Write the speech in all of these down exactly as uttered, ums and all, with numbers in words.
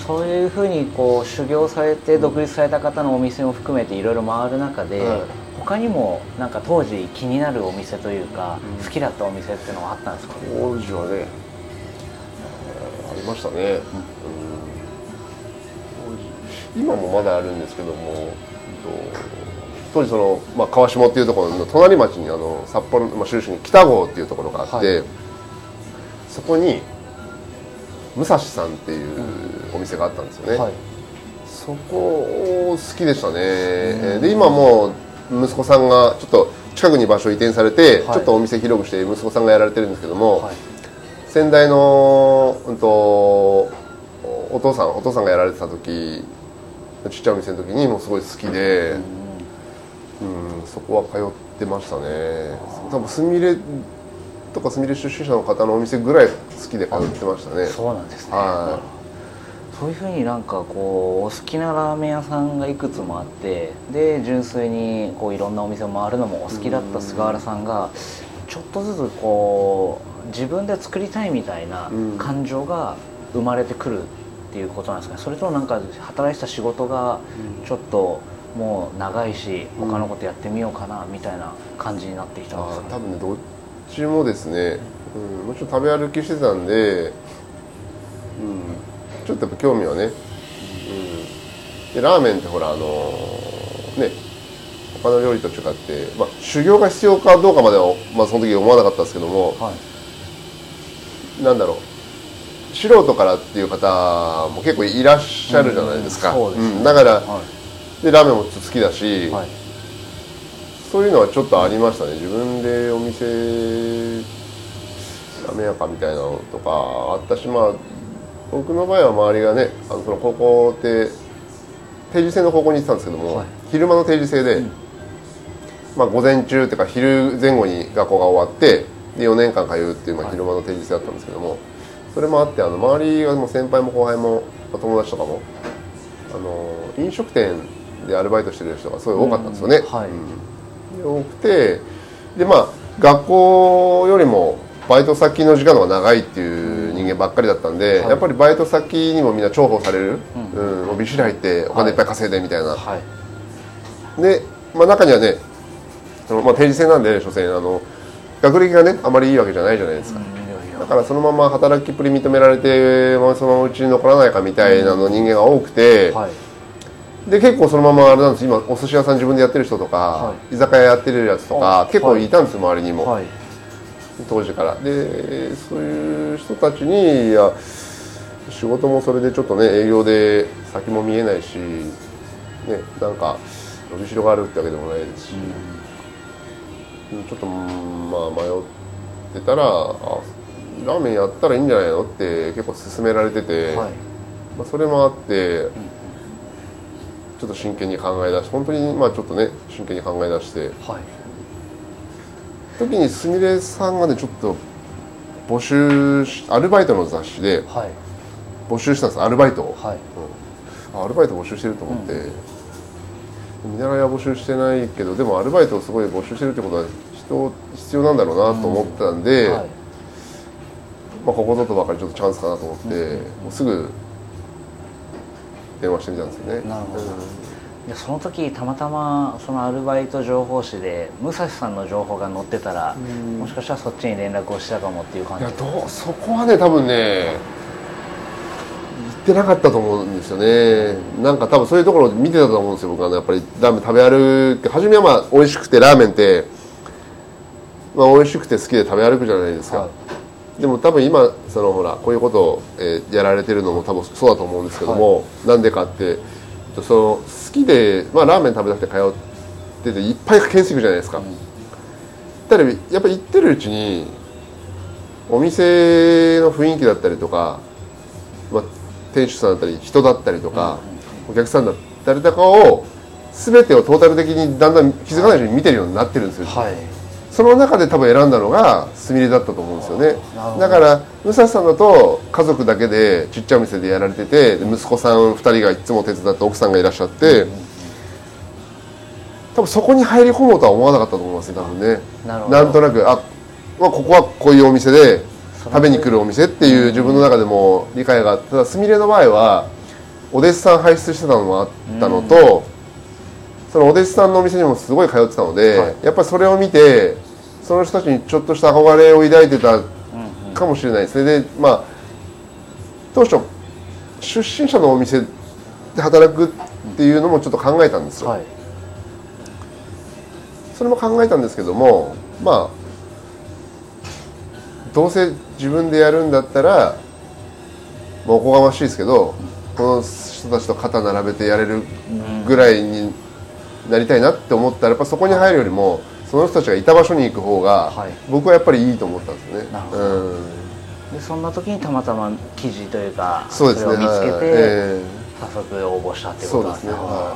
そういうふうにこう修行されて独立された方のお店も含めていろいろ回る中で、はい、他にもなんか当時気になるお店というか、うん、好きだったお店っていうのはあったんですか？ 当時はね、ありましたね、うん、今もまだあるんですけども、当時その、まあ、川下っていうところの隣町にあの札幌の、まあ、州に北郷っていうところがあって、はい、そこに武蔵さんっていうお店があったんですよね、はい、そこ好きでしたね、うん、で今もう息子さんがちょっと近くに場所移転されて、はい、ちょっとお店広くして息子さんがやられてるんですけども、はい、先代の、うん、とお父さんお父さんがやられてた時ちっちゃいお店の時にもうすごい好きで、うん、うん、そこは通ってましたね。多分すみれとかすみれ出身者の方のお店ぐらい好きで通ってましたね。 そうなんですね、 はい、 そういうふうになんかこうお好きなラーメン屋さんがいくつもあって、で純粋にこういろんなお店を回るのもお好きだった菅原さんがちょっとずつこう自分で作りたいみたいな感情が生まれてくるっていうことなんですかね。それともなんか働いてた仕事がちょっともう長いし他のことやってみようかなみたいな感じになってきたんですかね。 あ、多分ねどっちもですね、うん、もちろん食べ歩きしてたんで、うん、ちょっとやっぱ興味はね、うん、でラーメンってほらあのー、ね他の料理と違って、まあ、修行が必要かどうかまでは、まあ、その時思わなかったですけども、はい、なんだろう素人からっていう方も結構いらっしゃるじゃないですか、うん、そうですね、うん、だから、はい、でラーメンも好きだし、はい、そういうのはちょっとありましたね。自分でお店ラーメン屋かみたいなのとかあったし、まあ僕の場合は周りがねあのその高校って定時制の高校に行ってたんですけども、はい、昼間の定時制で、うん、まあ、午前中っていうか昼前後に学校が終わってでよねんかん通うっていう、まあ、昼間の定時制だったんですけども、はい、それもあってあの周りがもう先輩も後輩も友達とかもあの飲食店でアルバイトしてる人がすごい多かったんですよね、うん、はい、うん、で多くてでまあ学校よりもバイト先の時間の方が長いっていう人間ばっかりだったんで、はい、やっぱりバイト先にもみんな重宝される、うん、うん、もうビシ入ってお金いっぱい稼いでみたいな、はい、で、まあ、中にはねその、まあ、定時制なんで所詮あの学歴がねあまりいいわけじゃないじゃないですか、うん、だからそのまま働きっぷり認められて、まあ、そのままうちに残らないかみたいなの人間が多くて、うん、はい、で結構そのままあれなんです。今お寿司屋さん自分でやってる人とか、はい、居酒屋やってるやつとか結構いたんですよ、周りにも、はい、当時から。でそういう人たちにいや仕事もそれでちょっとね営業で先も見えないし、ね、なんか伸びしろがあるってわけでもないですし、うん、ちょっとまあ迷ってたらあラーメンやったらいいんじゃないのって結構勧められてて、はい、まあ、それもあって、うん、ちょっと真剣に考え出して本当にまあちょっとね真剣に考え出して、はい、時にすみれさんがねちょっと募集しアルバイトの雑誌で募集したんです、アルバイトを、はい、うん、アルバイト募集してると思って、うん、見習いは募集してないけどでもアルバイトをすごい募集してるってことは人必要なんだろうなと思ったんで、うん、はい、まあ、ここぞとばかりちょっとチャンスかなと思って、うん、もうすぐ電話してみたんですよね。 なるほど、うん、でその時たまたまそのアルバイト情報誌で武蔵さんの情報が載ってたら、うん、もしかしたらそっちに連絡をしたかもっていう感じ。 いやどうそこはね多分ね言ってなかったと思うんですよね。なんか多分そういうところを見てたと思うんですよ。僕は、ね、やっぱりラーメン食べ歩く初めはまあ美味しくてラーメンって、まあ、美味しくて好きで食べ歩くじゃないですか、はい、でも多分今そのほらこういうことを、えー、やられてるのも多分そうだと思うんですけども、はい、なんでかってその好きで、まあ、ラーメン食べたくて通ってていっぱい検索じゃないですか、うん、ただやっぱり行ってるうちにお店の雰囲気だったりとか、まあ、店主さんだったり人だったりとか、うん、お客さんだったりとかを全てをトータル的にだんだん気づかないうちに見てるようになってるんですよ、はい、その中で多分選んだのがすみれだったと思うんですよね。だから武蔵さんだと家族だけでちっちゃいお店でやられてて息子さんふたりがいつも手伝って奥さんがいらっしゃって、多分そこに入り込もうとは思わなかったと思いますね多分ね。な, なんとなくあ、まあ、ここはこういうお店で食べに来るお店っていう自分の中でも理解があって、ただすみれの場合はお弟子さん輩出してたのもあったのと、うん、そのお弟子さんのお店にもすごい通ってたので、はい、やっぱりそれを見てその人たちにちょっとした憧れを抱いてたかもしれないですね。で、まあ当初出身者のお店で働くっていうのもちょっと考えたんですよ、はい、それも考えたんですけども、まあどうせ自分でやるんだったらもうおこがましいですけど、この人たちと肩並べてやれるぐらいになりたいなって思ったら、やっぱそこに入るよりもその人たちがいた場所に行く方が僕はやっぱりいいと思ったんですよね。なるほど、うん、 でそんな時にたまたま記事というかそうですね、 それを見つけて、 はいえー、早速応募したっていうことなんですね。 そうですね、はい、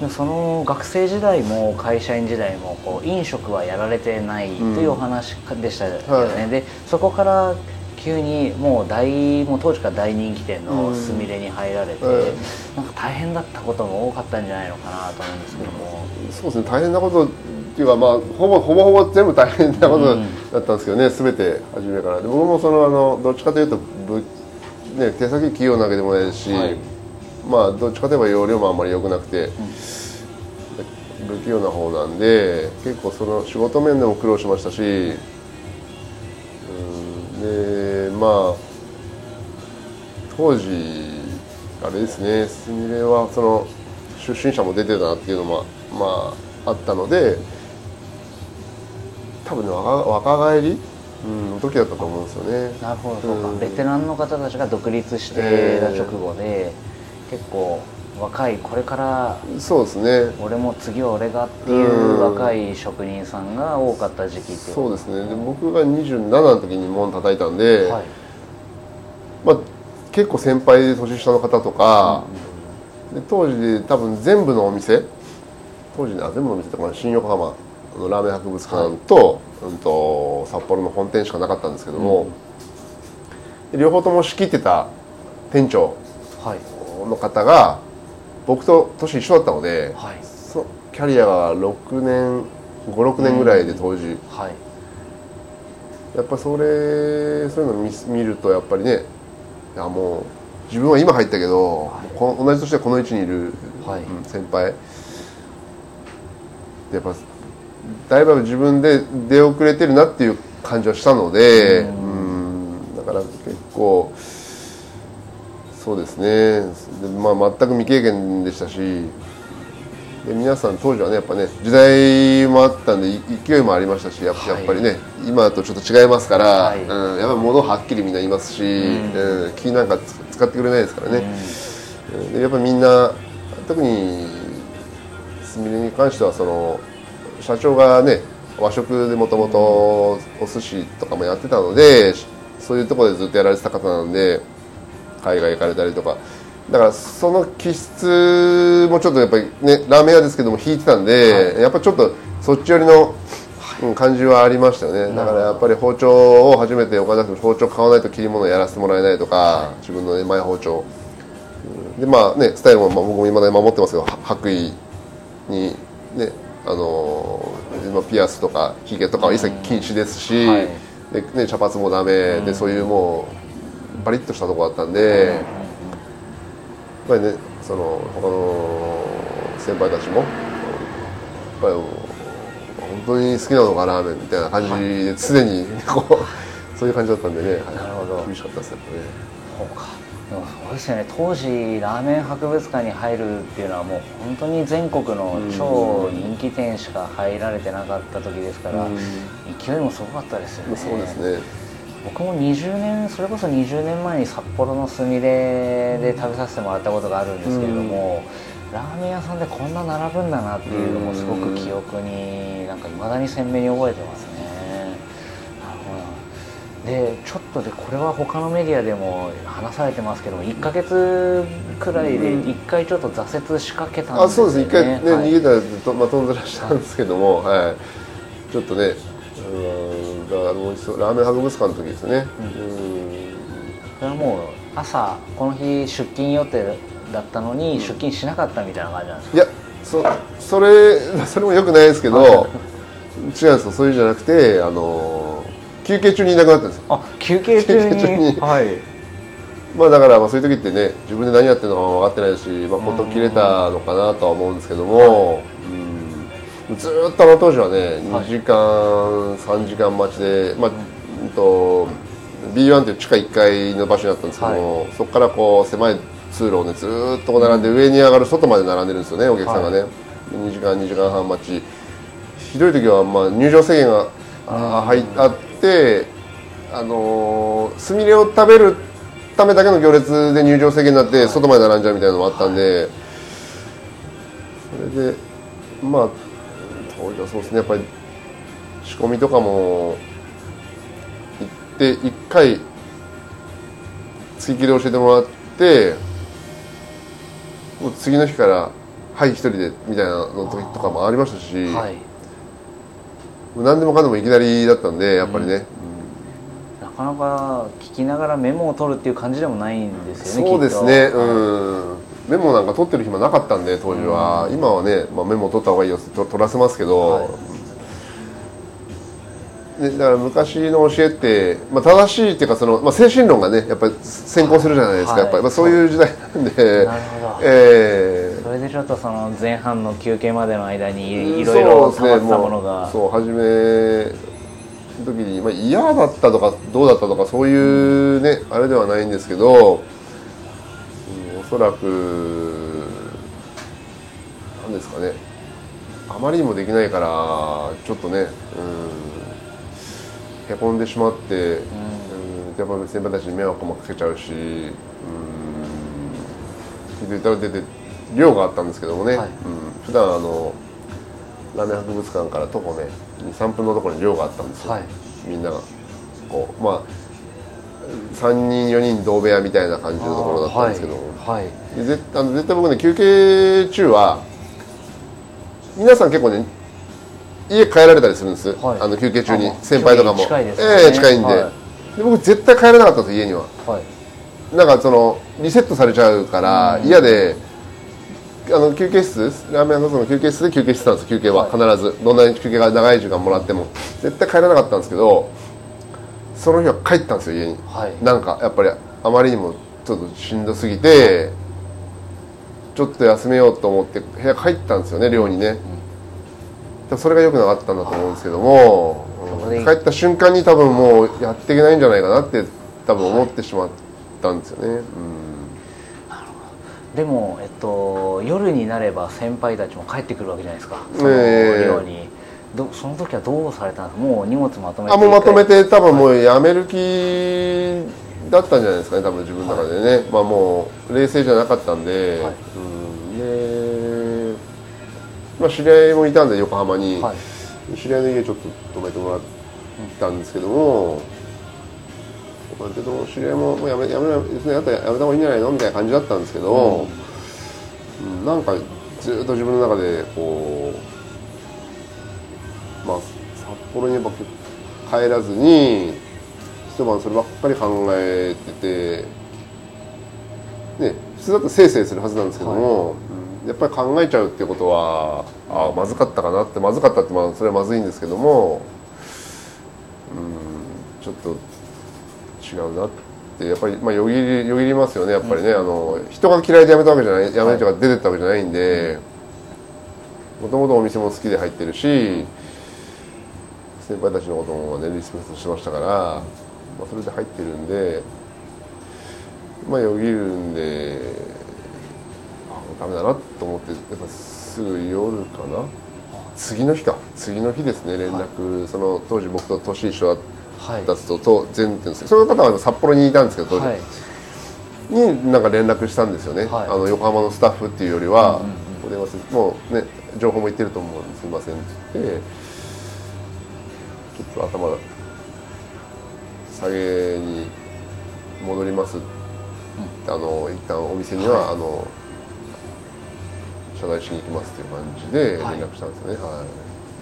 でその学生時代も会社員時代もこう飲食はやられてないというお話でしたよね、うんはい、でそこから急にもう大もう当時から大人気店のすみれに入られて、うん、なんか大変だったことも多かったんじゃないのかなと思うんですけども。 そうですね、大変なことっていうか、まあ、ほぼほぼほぼ全部大変なことだったんですけどね、すべ、うん、て初めから。で僕もそのあのどっちかというとぶ、ね、手先器用なわけでもないですし、はい、まあどっちかといえば容量もあんまり良くなくて、うん、不器用な方なんで結構その仕事面でも苦労しましたし、うんでまあ当時あれですね、すみれはその出身者も出てたなっていうのもまああったので、多分ね若若返り、うん、の時だったと思うんですよね。 なるほど、そうか、うん、ベテランの方たちが独立してた直後で、えー、結構若いこれからそうですね、 俺も次は俺がっていう若い職人さんが多かった時期っていう、 そうですね。で僕がにじゅうななの時に門叩いたんで、はい、まあ、結構先輩で年下の方とか、うん、で当時で多分全部のお店当時ね、全部のお店とか新横浜のラーメン博物館と、はい、うん、と札幌の本店しかなかったんですけども、うん、両方とも仕切ってた店長の方が僕と年一緒だったので、はい、そキャリアがろくねんごろくねんぐらいで当時、うん、はい、やっぱそれそういうのを 見, 見るとやっぱりね、いやもう自分は今入ったけど、はい、こ同じ年でこの位置にいる、はい、うん、先輩やっぱだいぶ自分で出遅れてるなっていう感じはしたので、うん、だから結構そうですね、で、まあ、全く未経験でしたし、で皆さん当時はねやっぱね時代もあったんで勢いもありましたし、やっぱりね、はい、今とちょっと違いますから、はい、うん、やっぱり物はっきりみんな言いますし、うんうん、気なんか使ってくれないですからね、うん、でやっぱりみんな特にすみれに関してはその社長がね和食でもともとお寿司とかもやってたので、そういうところでずっとやられてた方なんで海外行かれたりとか、だからその気質もちょっとやっぱりねラーメン屋ですけども引いてたんで、はい、やっぱりちょっとそっち寄りの、うん、感じはありましたよね。だからやっぱり包丁を初めてお金なくて包丁買わないと切り物やらせてもらえないとか、はい、自分の、ね、マイ包丁、うん、でまあねスタイルも、まあ、僕も今まで守ってますけど白衣にね、あのー、ピアスとかヒゲとかは一切禁止ですし、はい、でね、茶髪もダメで、そういうもうバリッとしたところだったんで、やっぱりねその他の先輩たちもやっぱり本当に好きなのかラーメンみたいな感じで常にこうそういう感じだったんでね、はい、なるほど、厳しかったですよね。 そうか、でもそうですよね、当時ラーメン博物館に入るっていうのはもう本当に全国の超人気店しか入られてなかった時ですから、勢いもすごかったですよね。 そうですね、 僕もにじゅうねんそれこそにじゅうねんまえに札幌のすみれで食べさせてもらったことがあるんですけれども、ラーメン屋さんでこんな並ぶんだなっていうのもすごく記憶になんか未だに鮮明に覚えてますね。でちょっとでこれは他のメディアでも話されてますけども、いっかげつくらいでいっかいちょっと挫折しかけたんですよね。あ、そうです、いっかいね、はい、逃げたらまとんずらしたんですけども、はいはい、ちょっとね、うんだからもうラーメン博物館の時ですね、うん、うん、それはもう朝この日出勤予定だったのに出勤しなかったみたいな感じなんですか。いや そ, それそれもよくないですけど違うんですよ、そういうじゃなくて、あの休憩中にいなくなったんですよ。あ、休憩中に、はい、 まあだからまあそういう時ってね自分で何やってるのかも分かってないし、まあ、事切れたのかなとは思うんですけども、うん、ずーっとあの当時はねにじかんさんじかん待ちで、まあうんと ビーワン という地下いっかいの場所にあったんですけども、はい、そこからこう狭い通路をねずーっとこう並んで、うん、上に上がる外まで並んでるんですよねお客さんがね、はい、にじかんにじかんはん待ち、ひどい時はまあ入場制限がああって、あのー、スミレを食べるためだけの行列で入場制限になって外まで並んじゃうみたいなのもあったんで、はい、それでまあ当時はそうですねやっぱり仕込みとかも行っていっかい追記で教えてもらってもう次の日からはい一人でみたいなの時とかもありましたし、はい、何でもかんでもいきなりだったんでやっぱりね、 うん、なかなか聞きながらメモを取るっていう感じでもないんですよね。 そうですね、うん、メモなんか取ってる暇なかったんで当時は、うん、今はね、まあ、メモを取った方がいいよって取らせますけど、はい、でだから昔の教えって、まあ、正しいっていうかその、まあ、精神論がねやっぱり先行するじゃないですか、はい、やっぱり、まあ、そういう時代なんで、 なるほど、 えー、 それでちょっとその前半の休憩までの間にいろいろ溜まったものが、 そう初めの時に、まあ、嫌だったとかどうだったとかそういうね、うん、あれではないんですけど、うん、おそらくなんですかねあまりにもできないからちょっとね、うん、へこんでしまって、うん、やっぱ先輩たちに迷惑もかけちゃうし、うん、気づいたら出て寮があったんですけどもね、はい、うん、普段あのラーメン博物館から徒歩ねにさんぷんのところに寮があったんですよ、はい、みんながこうまあさんにんよにん同部屋みたいな感じのところだったんですけども、はいはい、絶あの絶対僕ね休憩中は皆さん結構ね家帰られたりするんです、はい、あの休憩中に先輩とかも近いですね、 えー、近いんで、はい、で僕絶対帰れなかったんです家には、はい、なんかそのリセットされちゃうから嫌で、あの休憩室ラーメンの休憩室で休憩してたんです休憩は必ず、はい、どんなに休憩が長い時間もらっても絶対帰らなかったんですけどその日は帰ったんですよ家に、はい、なんかやっぱりあまりにもちょっとしんどすぎてちょっと休めようと思って部屋帰ったんですよね寮にね、うん、それが良くなかったんだと思うんですけども、うん、帰った瞬間に多分もうやっていけないんじゃないかなって多分思ってしまったんですよね、はい、うん、 でも、えっと、夜になれば先輩たちも帰ってくるわけじゃないですかその寮に、えー、どその時はどうされたんですかもう荷物まとめてあもうまとめて多分もうやめる気だったんじゃないですかね多分自分の中でね、はい、まあもう冷静じゃなかったんで、はい、うんで、まあ、知り合いもいたんで横浜に、はい、知り合いの家ちょっと泊めてもらったんですけども、うん、けど知り合いももうやめやめですねやったらやめた方がいいんじゃないのみたいな感じだったんですけど、うん、なんかずっと自分の中でこうまあ札幌にやっぱ帰らずに一晩そればっかり考えてて、ね、普通だとせいせいするはずなんですけども、はい、やっぱり考えちゃうっていうことはあまずかったかなってまずかったってまあそれはまずいんですけども、うん、ちょっと違うなってやっぱりまあよぎりよぎりますよねやっぱりね、うん、あの人が嫌いで辞めたわけじゃない辞めるとか出てったわけじゃないんで、もともとお店も好きで入ってるし先輩たちのこともねリスペクトしてましたから。まあ、それで入ってるんで、まあ、よぎるんであダメだなと思ってやっぱすぐ夜かな次の日か次の日ですね連絡、はい、その当時僕と年一緒だった人と全然その方は札幌にいたんですけど当時、はい、になんか連絡したんですよね、はい、あの横浜のスタッフっていうよりは、うんうんうん、お電話するもうね情報も言ってると思うんですいませんって言ってちょっと頭が下げに戻ります、うん、あの一旦お店には、はい、あの謝罪しに行きますっていう感じで連絡したんですよね、はいはい、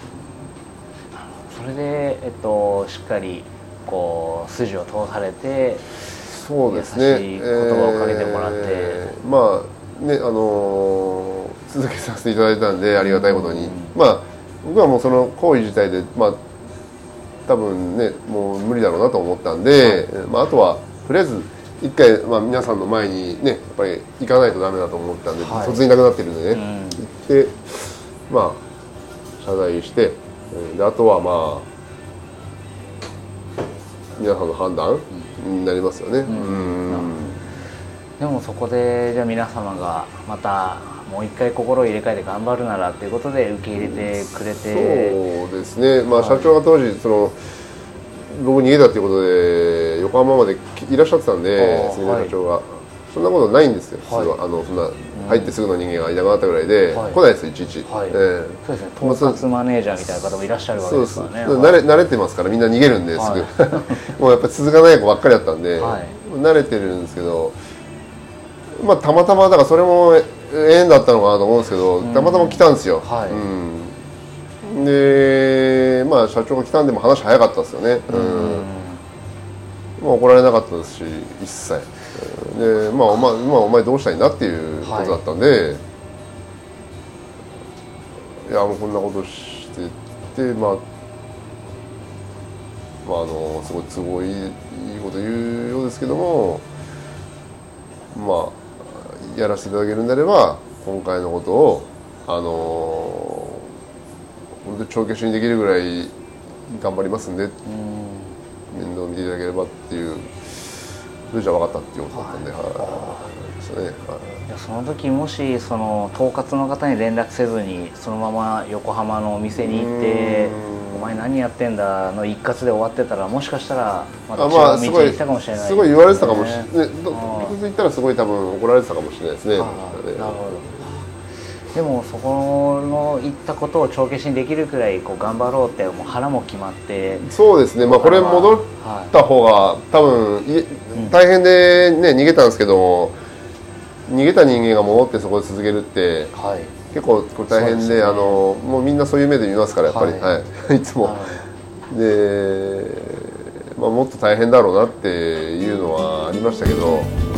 それで、えっと、しっかりこう筋を通されてそうですね優しい言葉をかけてもらって、 えー、まあねあのー、続けさせていただいたんでありがたいことに、うん、まあ僕はもうその行為自体でまあ多分ねもう無理だろうなと思ったんで、はい、まあ、あとはとりあえず一回、まあ、皆さんの前にねやっぱり行かないとダメだと思ったんで、 はい、 突然いなくなってるんでね、 うん、 行ってまあ謝罪してであとはまあ皆さんの判断になりますよね。うん、うん、 でもそこでじゃあ皆様がまたもう一回心を入れ替えて頑張るならということで受け入れてくれて、 そうですね、まあ、 はい、 社長が当時その僕逃げたということで横浜までいらっしゃってたんで杉根社長が、はい、そんなことないんですよ、はい、あのそんな入ってすぐの人間がいなくなったぐらいで、はい、来ないですよいちいち、はい、えー、 そうですね、統括マネージャーみたいな方もいらっしゃるわけですからね。 そうです、慣れ、慣れてますからみんな逃げるんですぐ、はい、もうやっぱり続かない子ばっかりだったんで、はい、慣れてるんですけど、まあたまたまだからそれも縁だったのかなと思うんですけど、たまたま来たんですよ、はい、うん、でまあ社長が来たんでも話早かったですよね、うん、まあ怒られなかったですし一切で、まあお前、まあ、お前どうしたいんだっていうことだったんで、はい、いやもうこんなことしてて、まあまあ、あのすごい都合いい、いいこと言うようですけども、まあやらせていただけるんであれば今回のことをあの本当に帳消しにできるぐらい頑張りますんで、うん、面倒見ていただければっていうそれじゃ分かったっていうことだったんで、はいはい、ね、はい、いやその時もしその統括の方に連絡せずにそのまま横浜のお店に行って「お前何やってんだ」の一括で終わってたらもしかしたらまた違う道に行ったかもしれない、ね、 すごい言われてたかもしれない、ね、どっち行ったらすごい多分怒られてたかもしれないですね。なるほど。 でもそこの言ったことを帳消しにできるくらいこう頑張ろうってもう腹も決まって、 そうですね、まあ、これ戻った方が多分い大変で、ね、逃げたんですけども逃げた人間が戻ってそこで続けるって、はい、結構これ大変 で, で、ね、あのもうみんなそういう目で見ますからやっぱり、はいはい、いつも、はい、で、まあ、もっと大変だろうなっていうのはありましたけど。